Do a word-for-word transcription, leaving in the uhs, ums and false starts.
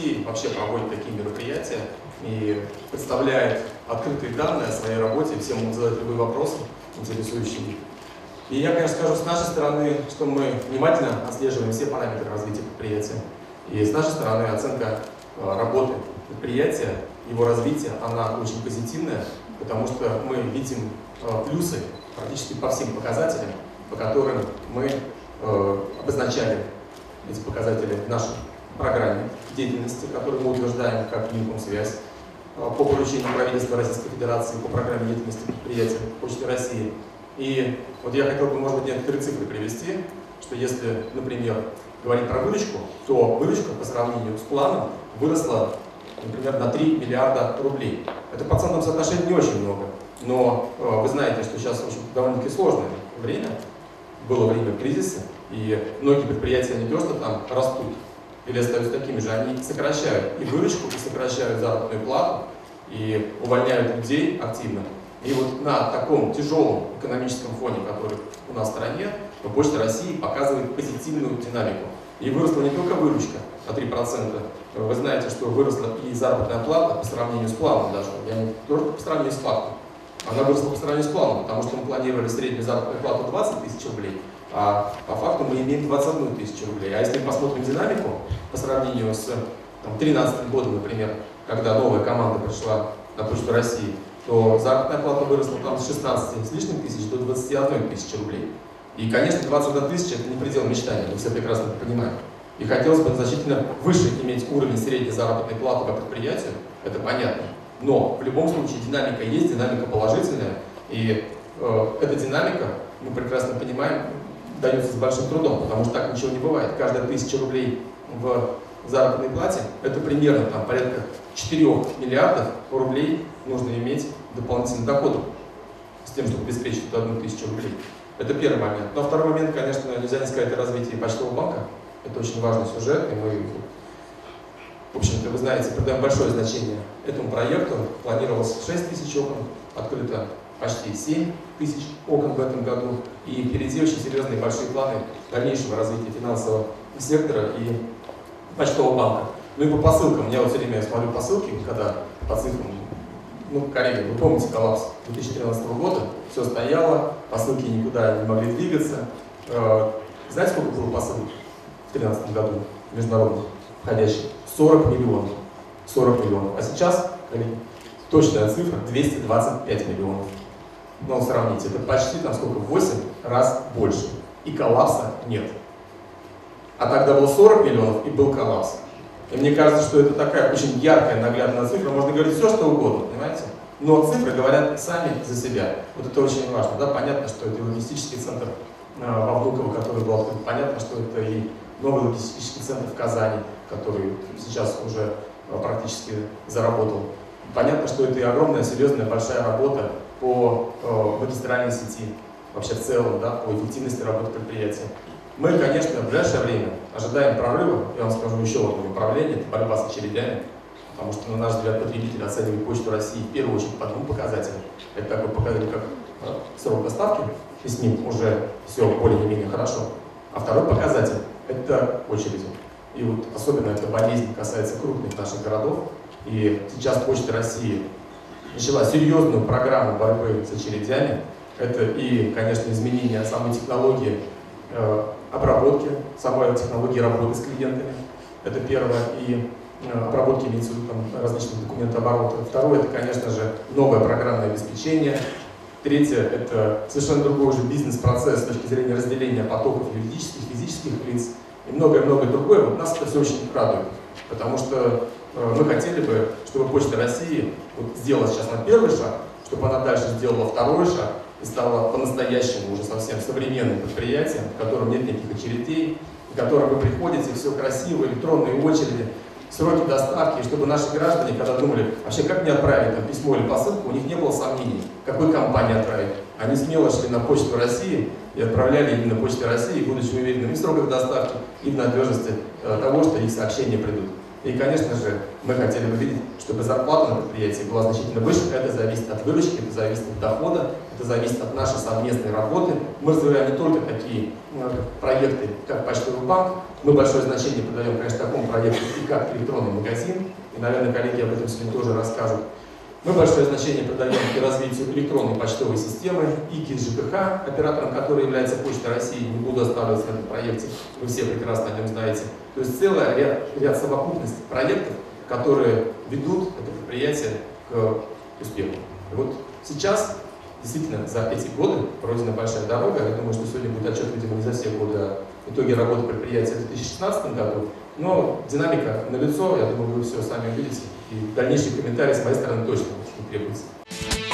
России вообще проводит такие мероприятия и представляет открытые данные о своей работе, все могут задать любые вопросы, интересующие их. И я, конечно, скажу с нашей стороны, что мы внимательно отслеживаем все параметры развития предприятия. И с нашей стороны оценка работы предприятия, его развития, она очень позитивная, потому что мы видим плюсы практически по всем показателям, по которым мы обозначали эти показатели в нашей программе деятельности, которую мы утверждаем как Минкомсвязь по поручению правительства Российской Федерации по программе деятельности предприятия Почты России. И вот я хотел бы, может быть, некоторые цифры привести, что если, например, говорить про выручку, то выручка по сравнению с планом выросла, например, на три миллиарда рублей. Это в процентном соотношении не очень много, но э, вы знаете, что сейчас очень довольно-таки сложное время, было время кризиса, и многие предприятия не просто там растут или остаются такими же, они сокращают и выручку, и сокращают заработную плату, и увольняют людей активно. И вот на таком тяжелом экономическом фоне, который у нас в стране, Почта России показывает позитивную динамику. И выросла не только выручка на три процента, вы знаете, что выросла и заработная плата по сравнению с планом даже, я не только по сравнению с фактом. Она выросла по сравнению с планом, потому что мы планировали среднюю заработную плату двадцать тысяч рублей, а по факту мы имеем двадцать одну тысячу рублей. А если мы посмотрим динамику по сравнению с две тысячи тринадцатым годом, например, когда новая команда пришла на Почту России, то заработная плата выросла там с шестнадцати с лишним тысяч до двадцати одной тысячи рублей. И, конечно, двадцать одна тысяча – это не предел мечтания, мы все прекрасно это понимаем. И хотелось бы значительно выше иметь уровень средней заработной платы по предприятию, это понятно. Но в любом случае динамика есть, динамика положительная, и э, эта динамика, мы прекрасно понимаем, дается с большим трудом, потому что так ничего не бывает. Каждая тысяча рублей в заработной плате – это примерно там, порядка четырёх миллиардов рублей нужно иметь дополнительных доходов с тем, чтобы обеспечить эту одну тысячу рублей. Это первый момент. Но второй момент, конечно, нельзя не сказать о развитии почтового банка. Это очень важный сюжет, и мы, в общем-то, вы знаете, придаем большое значение этому проекту. Планировалось шесть тысяч окон, открыто почти семь тысяч окон в этом году. И впереди очень серьезные большие планы дальнейшего развития финансового сектора и почтового банка. Ну и по посылкам. Я вот все время смотрю посылки, когда по цифрам, ну, Корея, вы помните коллапс две тысячи тринадцатого года, все стояло, посылки никуда не могли двигаться. Знаете, сколько было посылок в две тысячи тринадцатом году международных входящих? сорок миллионов. сорок миллионов. А сейчас, коллеги, точная цифра двести двадцать пять миллионов. Ну, сравните, это почти там сколько? в восемь раз больше. И коллапса нет. А тогда было сорок миллионов и был коллапс. И мне кажется, что это такая очень яркая, наглядная цифра. Можно говорить все, что угодно, понимаете? Но цифры говорят сами за себя. Вот это очень важно. Да? Понятно, что это логистический центр э, во Внуково, который был открыт. Понятно, что это и новый логистический центр в Казани, который сейчас уже э, практически заработал. Понятно, что это и огромная, серьезная, большая работа по э, магистральной сети, вообще в целом, да, по эффективности работы предприятия. Мы, конечно, в ближайшее время ожидаем прорыва. Я вам скажу еще одно направление, это борьба с очередями. Потому что, на наш взгляд, потребитель оценивает Почту России в первую очередь по двум показателям. Это такой показатель, как срок доставки, и с ним уже все более-менее хорошо. А второй показатель – это очереди. И вот особенно эта болезнь касается крупных наших городов. И сейчас Почта России начала серьезную программу борьбы с очередями. Это и, конечно, изменение самой технологии э, обработки, самой технологии работы с клиентами. Это первое. И обработки имеется в виду различных документооборотов. Второе, это, конечно же, новое программное обеспечение. Третье, это совершенно другой уже бизнес-процесс с точки зрения разделения потоков юридических, физических лиц и многое-многое другое. Вот нас это все очень радует, потому что э, мы хотели бы, чтобы Почта России вот, сделала сейчас на первый шаг, чтобы она дальше сделала второй шаг и стала по-настоящему уже совсем современным предприятием, в котором нет никаких очередей, в котором вы приходите, все красиво, электронные очереди, сроки доставки, и чтобы наши граждане, когда думали, вообще как мне отправить там, письмо или посылку, у них не было сомнений, какой компании отправить. Они смело шли на Почту России и отправляли именно Почте России, будучи уверенными в сроках доставки и в надежности э, того, что их сообщения придут. И, конечно же, мы хотели бы видеть, чтобы зарплата на предприятии была значительно выше. Это зависит от выручки, это зависит от дохода, это зависит от нашей совместной работы. Мы развиваем не только такие проекты, как почтовый банк, мы большое значение придаем, конечно, такому проекту и как электронный магазин, и, наверное, коллеги об этом сегодня тоже расскажут. Мы большое значение придаем и развитию электронной почтовой системы, и КИС ЖКХ, оператором которой является Почта России, не буду останавливаться на этом проекте, вы все прекрасно о нем знаете. То есть целый ряд, ряд совокупность проектов, которые ведут это предприятие к успеху. И вот сейчас, действительно, за эти годы пройдена большая дорога. Я думаю, что сегодня будет отчет, видимо, не за все годы, а итоги работы предприятия в две тысячи шестнадцатом году. Но динамика налицо, я думаю, вы все сами увидите. И дальнейшие комментарии с моей стороны точно не требуется.